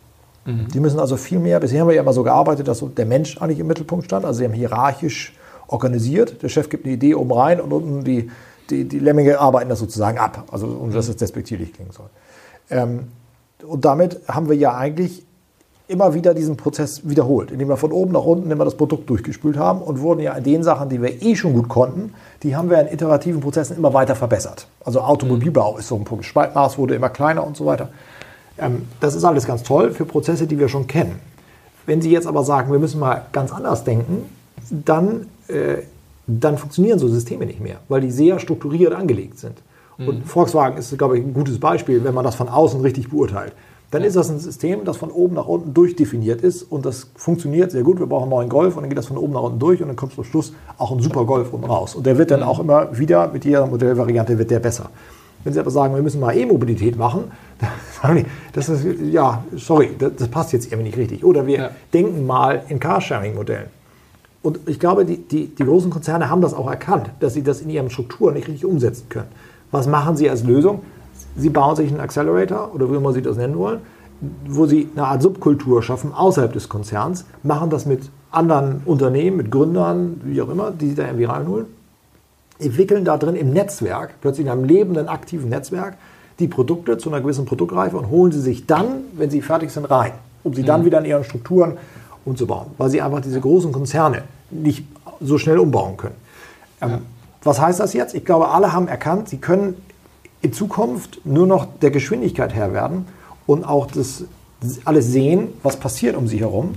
Mhm. Die müssen also viel mehr, bisher haben wir ja immer so gearbeitet, dass so der Mensch eigentlich im Mittelpunkt stand, also sie haben hierarchisch organisiert, der Chef gibt eine Idee oben rein und unten die, die, die Lemminge arbeiten das sozusagen ab, also ohne dass es despektierlich klingen soll. Ähm, und damit haben wir ja eigentlich immer wieder diesen Prozess wiederholt, indem wir von oben nach unten immer das Produkt durchgespült haben und wurden ja in den Sachen, die wir eh schon gut konnten, die haben wir in iterativen Prozessen immer weiter verbessert. Also Automobilbau ist so ein Punkt. Spaltmaß wurde immer kleiner und so weiter. Ähm, das ist alles ganz toll für Prozesse, die wir schon kennen. Wenn Sie jetzt aber sagen, wir müssen mal ganz anders denken, dann, äh, dann funktionieren so Systeme nicht mehr, weil die sehr strukturiert angelegt sind. Mhm. Und Volkswagen ist, glaube ich, ein gutes Beispiel, wenn man das von außen richtig beurteilt. Dann ist das ein System, das von oben nach unten durchdefiniert ist und das funktioniert sehr gut. Wir brauchen einen neuen Golf und dann geht das von oben nach unten durch und dann kommt zum Schluss auch ein super Golf unten raus. Und der wird dann auch immer wieder, mit jeder Modellvariante wird der besser. Wenn Sie aber sagen, wir müssen mal E-Mobilität machen, dann sagen die, das ist, ja, sorry, das, das passt jetzt irgendwie nicht richtig. Oder wir ja. denken mal in Carsharing-Modellen. Und ich glaube, die, die, die großen Konzerne haben das auch erkannt, dass sie das in ihren Strukturen nicht richtig umsetzen können. Was machen sie als Lösung? Sie bauen sich einen Accelerator oder wie immer Sie das nennen wollen, wo Sie eine Art Subkultur schaffen außerhalb des Konzerns, machen das mit anderen Unternehmen, mit Gründern, wie auch immer, die Sie da irgendwie reinholen, entwickeln da drin im Netzwerk, plötzlich in einem lebenden, aktiven Netzwerk, die Produkte zu einer gewissen Produktreife und holen sie sich dann, wenn sie fertig sind, rein, um sie dann wieder in ihren Strukturen umzubauen, weil sie einfach diese großen Konzerne nicht so schnell umbauen können. Ähm, ja. Was heißt das jetzt? Ich glaube, alle haben erkannt, sie können in Zukunft nur noch der Geschwindigkeit Herr werden und auch das, das alles sehen, was passiert um sie herum,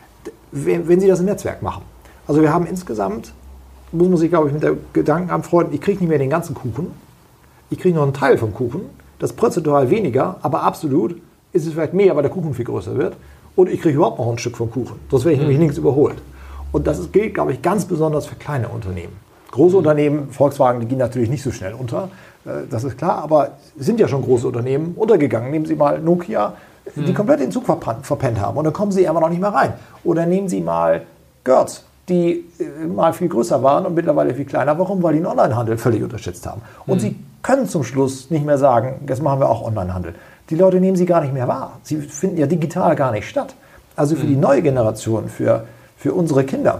wenn, wenn sie das im Netzwerk machen. Also wir haben insgesamt, muss man sich, glaube ich, mit der Gedanken anfreunden, ich kriege nicht mehr den ganzen Kuchen, ich kriege noch einen Teil vom Kuchen, das prozentual weniger, aber absolut ist es vielleicht mehr, weil der Kuchen viel größer wird und ich kriege überhaupt noch ein Stück vom Kuchen, sonst werde ich mhm. nämlich links überholt. Und das gilt, glaube ich, ganz besonders für kleine Unternehmen. Große mhm. Unternehmen, Volkswagen, die gehen natürlich nicht so schnell unter, das ist klar, aber sind ja schon große Unternehmen untergegangen. Nehmen Sie mal Nokia, die mhm. komplett den Zug verpennt haben und dann kommen sie einfach noch nicht mehr rein. Oder nehmen Sie mal Görz, die mal viel größer waren und mittlerweile viel kleiner. Warum? Weil die den Onlinehandel völlig unterschätzt haben. Und mhm. sie können zum Schluss nicht mehr sagen, jetzt machen wir auch Onlinehandel. Die Leute nehmen sie gar nicht mehr wahr. Sie finden ja digital gar nicht statt. Also für mhm. die neue Generation, für, für unsere Kinder,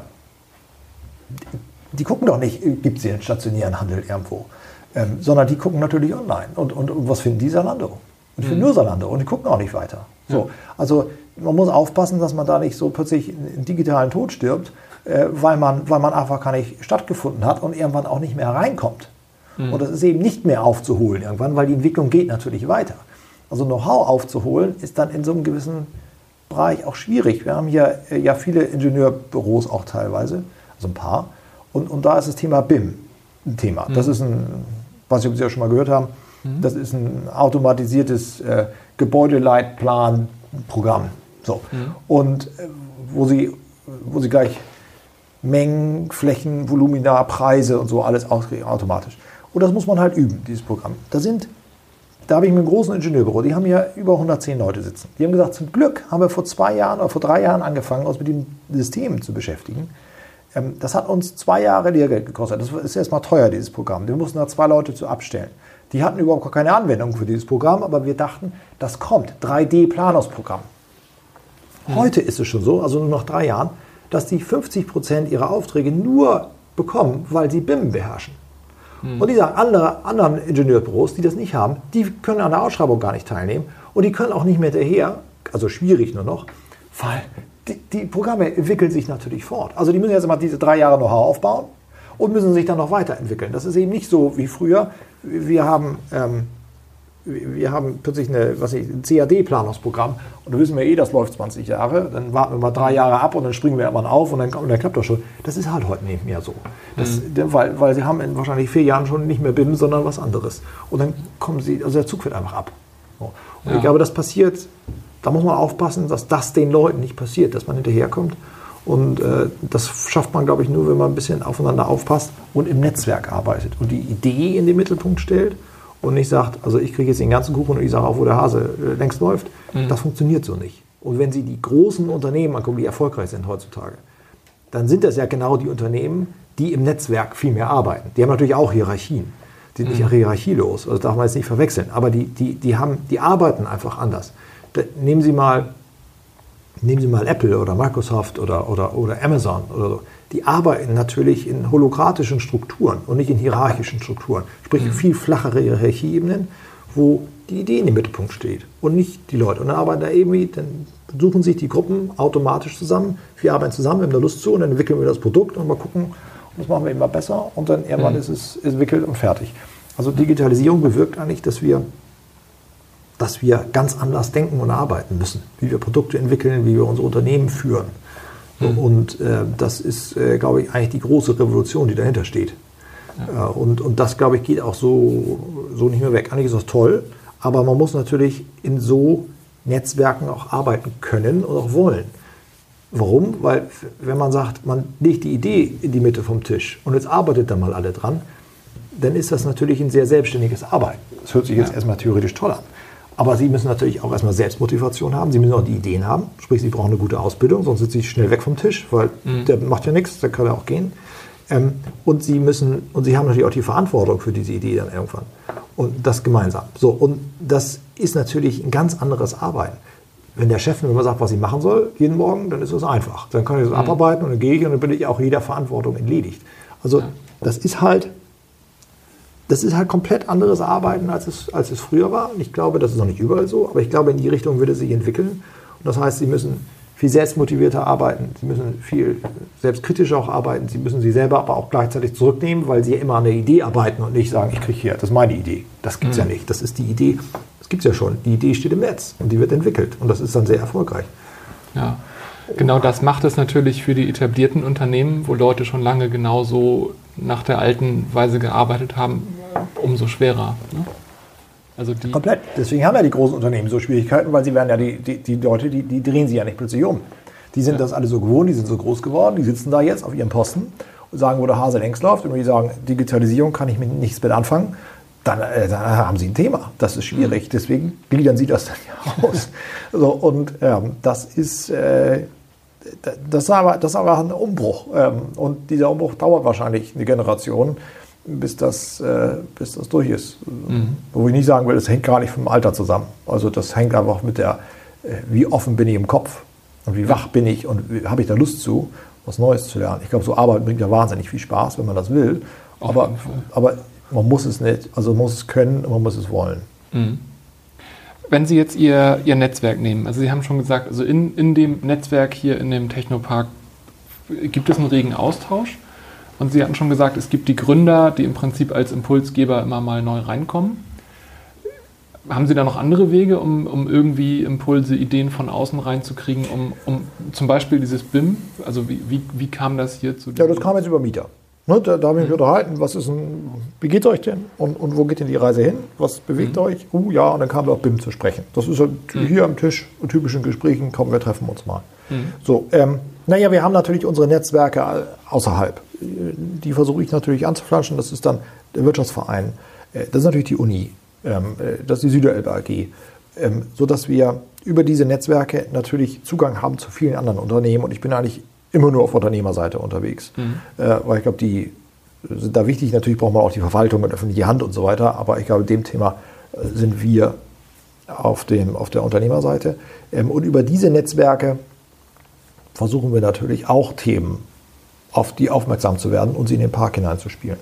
die, die gucken doch nicht, gibt es hier einen stationären Handel irgendwo. Ähm, sondern die gucken natürlich online. Und, und, und was finden die? Zalando. Und finden mhm. nur Zalando. Und die gucken auch nicht weiter. So, ja. Also man muss aufpassen, dass man da nicht so plötzlich einen digitalen Tod stirbt, äh, weil, man, weil man einfach gar nicht stattgefunden hat und irgendwann auch nicht mehr reinkommt. Mhm. Und das ist eben nicht mehr aufzuholen irgendwann, weil die Entwicklung geht natürlich weiter. Also Know-how aufzuholen ist dann in so einem gewissen Bereich auch schwierig. Wir haben hier äh, ja viele Ingenieurbüros auch teilweise, also ein paar. Und, und da ist das Thema B I M ein Thema. Mhm. Das ist ein was Sie ja schon mal gehört haben, mhm. das ist ein automatisiertes äh, Gebäudeleitplanprogramm. So. Mhm. Und äh, wo, Sie, wo Sie gleich Mengen, Flächen, Volumina, Preise und so alles auskriegen, automatisch. Und das muss man halt üben, dieses Programm. Da sind, da habe ich mit einem großen Ingenieurbüro, die haben hier über hundertzehn Leute sitzen. Die haben gesagt, zum Glück haben wir vor zwei Jahren oder vor drei Jahren angefangen, uns mit den Systemen zu beschäftigen. Das hat uns zwei Jahre Lehrgeld gekostet. Das ist erstmal teuer, dieses Programm. Wir mussten da zwei Leute zu abstellen. Die hatten überhaupt gar keine Anwendung für dieses Programm, aber wir dachten, das kommt. drei D-Planungsprogramm. Mhm. Heute ist es schon so, also nur nach drei Jahren, dass die fünfzig Prozent ihrer Aufträge nur bekommen, weil sie B I M beherrschen. Mhm. Und die sagen, andere anderen Ingenieurbüros, die das nicht haben, die können an der Ausschreibung gar nicht teilnehmen und die können auch nicht mehr hinterher, also schwierig nur noch, weil Die, die Programme entwickeln sich natürlich fort. Also die müssen jetzt mal diese drei Jahre Know-how aufbauen und müssen sich dann noch weiterentwickeln. Das ist eben nicht so wie früher. Wir haben, ähm, wir haben plötzlich eine, was ich, ein C A D-Planungsprogramm und da wissen wir eh, das läuft zwanzig Jahre. Dann warten wir mal drei Jahre ab und dann springen wir irgendwann auf und dann, und dann klappt das schon. Das ist halt heute nicht mehr so. Das, mhm. weil, weil sie haben in wahrscheinlich vier Jahren schon nicht mehr B I M, sondern was anderes. Und dann kommen sie, also der Zug wird einfach ab. So. Und ja. ich glaube, das passiert. Da muss man aufpassen, dass das den Leuten nicht passiert, dass man hinterherkommt. Und äh, das schafft man, glaube ich, nur, wenn man ein bisschen aufeinander aufpasst und im Netzwerk arbeitet und die Idee in den Mittelpunkt stellt und nicht sagt, also ich kriege jetzt den ganzen Kuchen und ich sage auch, wo der Hase äh, längst läuft. Mhm. Das funktioniert so nicht. Und wenn Sie die großen Unternehmen angucken, die erfolgreich sind heutzutage, dann sind das ja genau die Unternehmen, die im Netzwerk viel mehr arbeiten. Die haben natürlich auch Hierarchien. Die sind nicht hierarchielos, also darf man jetzt nicht verwechseln. Aber die, die, die, haben, die arbeiten einfach anders. Da, nehmen Sie mal, nehmen Sie mal Apple oder Microsoft oder, oder, oder Amazon oder so. Die arbeiten natürlich in holokratischen Strukturen und nicht in hierarchischen Strukturen. Sprich, mhm. viel flachere Hierarchieebenen, wo die Idee in dem Mittelpunkt steht und nicht die Leute. Und dann arbeiten da irgendwie, dann suchen sich die Gruppen automatisch zusammen. Wir arbeiten zusammen, wir haben da Lust zu und dann entwickeln wir das Produkt und mal gucken, das machen wir immer besser und dann irgendwann mhm. ist es entwickelt und fertig. Also Digitalisierung bewirkt eigentlich, dass wir, dass wir ganz anders denken und arbeiten müssen, wie wir Produkte entwickeln, wie wir unsere Unternehmen führen. Mhm. Und äh, das ist, äh, glaube ich, eigentlich die große Revolution, die dahinter steht. Ja. Äh, und, und das, glaube ich, geht auch so, so nicht mehr weg. Eigentlich ist das toll, aber man muss natürlich in so Netzwerken auch arbeiten können und auch wollen. Warum? Weil wenn man sagt, man legt die Idee in die Mitte vom Tisch und jetzt arbeitet da mal alle dran, dann ist das natürlich ein sehr selbstständiges Arbeiten. Das hört sich jetzt ja. erstmal theoretisch toll an. Aber Sie müssen natürlich auch erstmal Selbstmotivation haben. Sie müssen auch die Ideen haben. Sprich, Sie brauchen eine gute Ausbildung, sonst sind Sie schnell weg vom Tisch, weil mhm. der macht ja nichts, der kann ja auch gehen. Ähm, und Sie müssen, und Sie haben natürlich auch die Verantwortung für diese Idee dann irgendwann. Und das gemeinsam. So, und das ist natürlich ein ganz anderes Arbeiten. Wenn der Chef mir immer sagt, was ich machen soll, jeden Morgen, dann ist das einfach. Dann kann ich das mhm. abarbeiten und dann gehe ich und dann bin ich auch jeder Verantwortung entledigt. Also ja. das ist halt, das ist halt komplett anderes Arbeiten, als es, als es früher war. Und ich glaube, das ist noch nicht überall so, aber ich glaube, in die Richtung würde es sich entwickeln. Und das heißt, Sie müssen viel selbstmotivierter arbeiten, Sie müssen viel selbstkritischer auch arbeiten, Sie müssen sie selber aber auch gleichzeitig zurücknehmen, weil Sie ja immer an der Idee arbeiten und nicht sagen, ich kriege hier, das ist meine Idee. Das gibt es mhm. ja nicht. Das ist die Idee. Das gibt es ja schon. Die Idee steht im Netz und die wird entwickelt und das ist dann sehr erfolgreich. Ja, genau das macht es natürlich für die etablierten Unternehmen, wo Leute schon lange genauso nach der alten Weise gearbeitet haben, umso schwerer. Ne? Also die Komplett. Deswegen haben ja die großen Unternehmen so Schwierigkeiten, weil sie werden ja die, die, die Leute, die, die drehen sie ja nicht plötzlich um. Die sind ja. das alle so gewohnt, die sind so groß geworden, die sitzen da jetzt auf ihrem Posten und sagen, wo der Hase längst läuft und die sagen, Digitalisierung kann ich mit nichts mit anfangen. Dann, äh, dann haben Sie ein Thema. Das ist schwierig. Deswegen gliedern Sie das dann ja aus. So, und ähm, das ist, äh, das ist, aber, das ist aber ein Umbruch. Ähm, und dieser Umbruch dauert wahrscheinlich eine Generation, bis das, äh, bis das durch ist. Mhm. Wo ich nicht sagen will, das hängt gar nicht vom Alter zusammen. Also das hängt einfach mit der, äh, wie offen bin ich im Kopf und wie wach bin ich und habe ich da Lust zu, was Neues zu lernen. Ich glaube, so Arbeit bringt ja wahnsinnig viel Spaß, wenn man das will. Aber, aber man muss es nicht, also man muss es können und man muss es wollen. Mhm. Wenn Sie jetzt Ihr, Ihr Netzwerk nehmen, also Sie haben schon gesagt, also in, in dem Netzwerk hier in dem Technopark gibt es einen regen Austausch und Sie hatten schon gesagt, es gibt die Gründer, die im Prinzip als Impulsgeber immer mal neu reinkommen. Haben Sie da noch andere Wege, um, um irgendwie Impulse, Ideen von außen reinzukriegen, um, um zum Beispiel dieses B I M, also wie, wie, wie kam das hier zu? Ja, das kam jetzt über Mieter. Ne, da, da haben wir uns mhm. unterhalten, was ist ein, wie geht es euch denn und, und wo geht denn die Reise hin? Was bewegt mhm. euch? Uh, ja, und dann kam auch B I M zu sprechen. Das ist halt mhm. hier am Tisch, in typischen Gesprächen, komm, wir treffen uns mal. Mhm. So, ähm, naja, wir haben natürlich unsere Netzwerke außerhalb. Die versuche ich natürlich anzuflanschen. Das ist dann der Wirtschaftsverein. Das ist natürlich die Uni. Das ist die Süderelbe A G. Sodass wir über diese Netzwerke natürlich Zugang haben zu vielen anderen Unternehmen. Und ich bin eigentlich immer nur auf Unternehmerseite unterwegs. Mhm. Weil ich glaube, die sind da wichtig. Natürlich braucht man auch die Verwaltung und öffentliche Hand und so weiter. Aber ich glaube, in dem Thema sind wir auf, dem, auf der Unternehmerseite. Und über diese Netzwerke versuchen wir natürlich auch Themen, auf die aufmerksam zu werden und sie in den Park hineinzuspielen.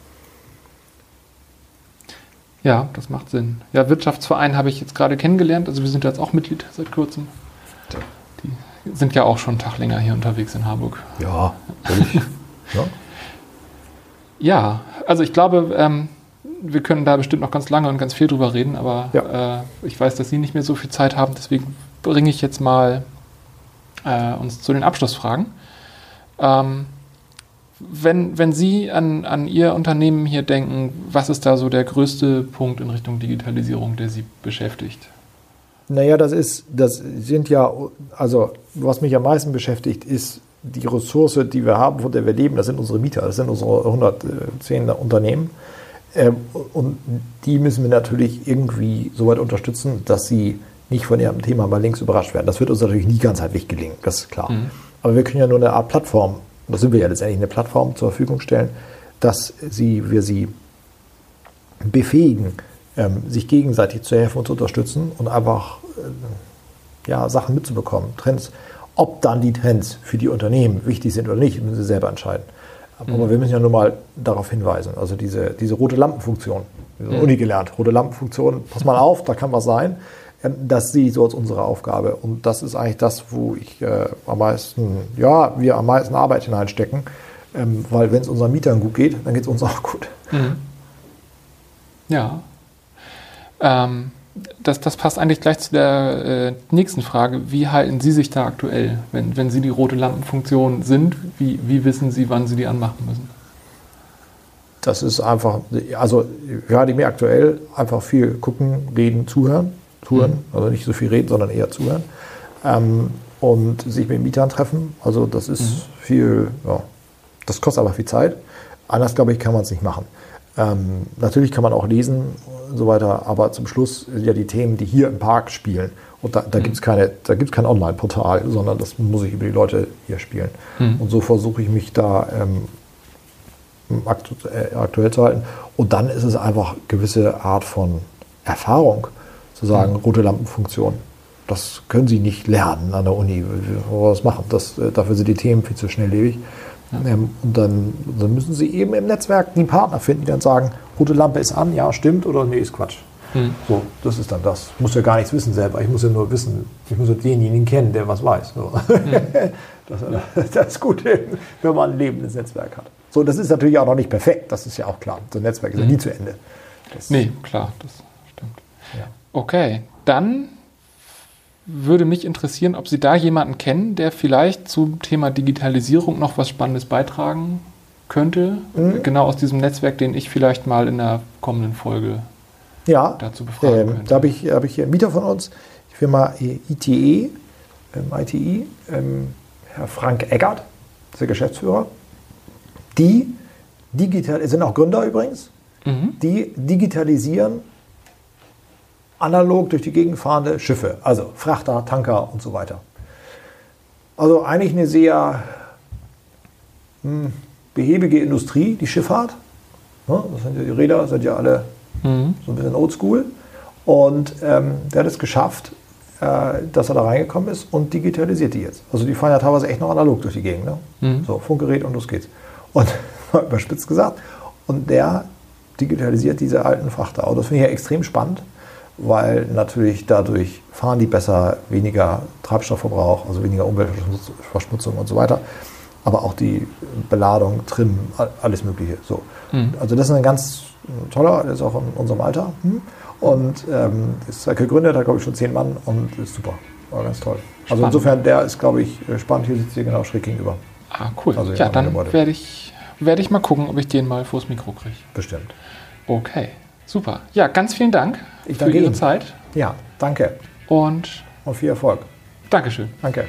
Ja, das macht Sinn. Ja, Wirtschaftsverein habe ich jetzt gerade kennengelernt. Also wir sind jetzt auch Mitglied seit kurzem. Die sind ja auch schon einen Tag länger hier unterwegs in Harburg. Ja, völlig. ja. ja, also ich glaube, ähm, wir können da bestimmt noch ganz lange und ganz viel drüber reden, aber ja. äh, ich weiß, dass Sie nicht mehr so viel Zeit haben. Deswegen bringe ich jetzt mal äh, uns zu den Abschlussfragen. Ähm, Wenn, wenn Sie an, an Ihr Unternehmen hier denken, was ist da so der größte Punkt in Richtung Digitalisierung, der Sie beschäftigt? Naja, das ist, das sind ja, also was mich am meisten beschäftigt, ist die Ressource, die wir haben, von der wir leben. Das sind unsere Mieter, das sind unsere hundertzehn Unternehmen. Und die müssen wir natürlich irgendwie so weit unterstützen, dass sie nicht von ihrem Thema mal links überrascht werden. Das wird uns natürlich nie ganzheitlich gelingen, das ist klar. Mhm. Aber wir können ja nur eine Art Plattform und das sind wir ja letztendlich, eine Plattform zur Verfügung stellen, dass sie, wir sie befähigen, ähm, sich gegenseitig zu helfen und zu unterstützen und einfach äh, ja, Sachen mitzubekommen, Trends. Ob dann die Trends für die Unternehmen wichtig sind oder nicht, müssen sie selber entscheiden. Aber mhm. wir müssen ja nur mal darauf hinweisen, also diese, diese rote Lampenfunktion, wir haben mhm. Uni gelernt, rote Lampenfunktion, pass mal auf, da kann was sein. Das sehe ich so als unsere Aufgabe. Und das ist eigentlich das, wo ich äh, am meisten, ja, wir am meisten Arbeit hineinstecken. Ähm, weil wenn es unseren Mietern gut geht, dann geht es uns auch gut. Mhm. Ja. Ähm, das, das passt eigentlich gleich zu der äh, nächsten Frage. Wie halten Sie sich da aktuell? Wenn, wenn Sie die rote Lampenfunktion sind, wie, wie wissen Sie, wann Sie die anmachen müssen? Das ist einfach, also gerade mir aktuell einfach viel gucken, reden, zuhören. Touren, mhm. also nicht so viel reden, sondern eher zuhören. Ähm, und sich mit Mietern treffen. Also das ist mhm. viel, ja, das kostet aber viel Zeit. Anders, glaube ich, kann man es nicht machen. Ähm, natürlich kann man auch lesen und so weiter, aber zum Schluss sind ja die Themen, die hier im Park spielen. Und da, da mhm. gibt es keine, da gibt's kein Online-Portal, sondern das muss ich über die Leute hier spielen. Mhm. Und so versuche ich mich da ähm, aktu äh, aktuell zu halten. Und dann ist es einfach gewisse Art von Erfahrung. Zu sagen, mhm. rote Lampenfunktion. Das können Sie nicht lernen an der Uni. Was machen? Das, dafür sind die Themen viel zu schnelllebig. Ja. Ähm, und dann, dann müssen Sie eben im Netzwerk die Partner finden, die dann sagen, rote Lampe ist an, ja, stimmt, oder nee, ist Quatsch. Mhm. So, das ist dann das. Ich muss ja gar nichts wissen selber. Ich muss ja nur wissen, ich muss ja denjenigen kennen, der was weiß. So. Mhm. das, das ist gut, wenn man ein lebendes Netzwerk hat. So, das ist natürlich auch noch nicht perfekt, das ist ja auch klar. So ein Netzwerk ist mhm. ja nie zu Ende. Das nee, klar, das stimmt. Ja. Okay, dann würde mich interessieren, ob Sie da jemanden kennen, der vielleicht zum Thema Digitalisierung noch was Spannendes beitragen könnte. Mhm. Genau aus diesem Netzwerk, den ich vielleicht mal in der kommenden Folge ja, dazu befragen ähm, könnte. Da habe ich, hab ich hier einen Mieter von uns, die Firma I T E, ähm, I T I, ähm, Herr Frank Eggert, das ist der Geschäftsführer. Die digital, sind auch Gründer übrigens, mhm. die digitalisieren analog durch die Gegend fahrende Schiffe, also Frachter, Tanker und so weiter. Also eigentlich eine sehr mh, behäbige Industrie, die Schifffahrt. Ja, das sind ja die Räder, sind ja alle mhm. so ein bisschen oldschool. Und ähm, der hat es geschafft, äh, dass er da reingekommen ist und digitalisiert die jetzt. Also die fahren ja teilweise echt noch analog durch die Gegend. Ne? Mhm. So, Funkgerät und los geht's. Und überspitzt gesagt. Und der digitalisiert diese alten Frachter. Und das finde ich ja extrem spannend, weil natürlich dadurch fahren die besser, weniger Treibstoffverbrauch, also weniger Umweltverschmutzung und so weiter. Aber auch die Beladung, Trim, alles Mögliche. So. Mhm. Also das ist ein ganz toller, der ist auch in unserem Alter. Und ähm, ist gegründet, hat glaube ich schon zehn Mann und ist super. War ganz toll. Spannend. Also insofern, der ist glaube ich spannend, hier sitzt hier genau schräg gegenüber. Ah, cool. Also ja, dann werde ich, werd ich mal gucken, ob ich den mal vors Mikro kriege. Bestimmt. Okay. Super. Ja, ganz vielen Dank ich danke für Ihre Ihnen. Zeit. Ja, danke. Und, und viel Erfolg. Dankeschön. Danke.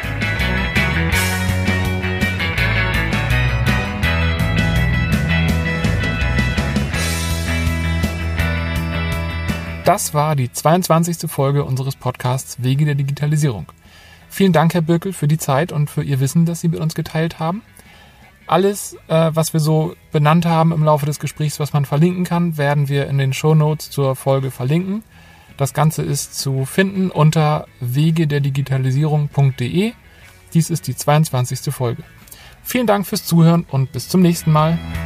Das war die zweiundzwanzigste Folge unseres Podcasts Wege der Digitalisierung. Vielen Dank, Herr Birkel, für die Zeit und für Ihr Wissen, das Sie mit uns geteilt haben. Alles, äh, was wir so benannt haben im Laufe des Gesprächs, was man verlinken kann, werden wir in den Shownotes zur Folge verlinken. Das Ganze ist zu finden unter wege der digitalisierung punkt de. Dies ist die zweiundzwanzigste Folge. Vielen Dank fürs Zuhören und bis zum nächsten Mal.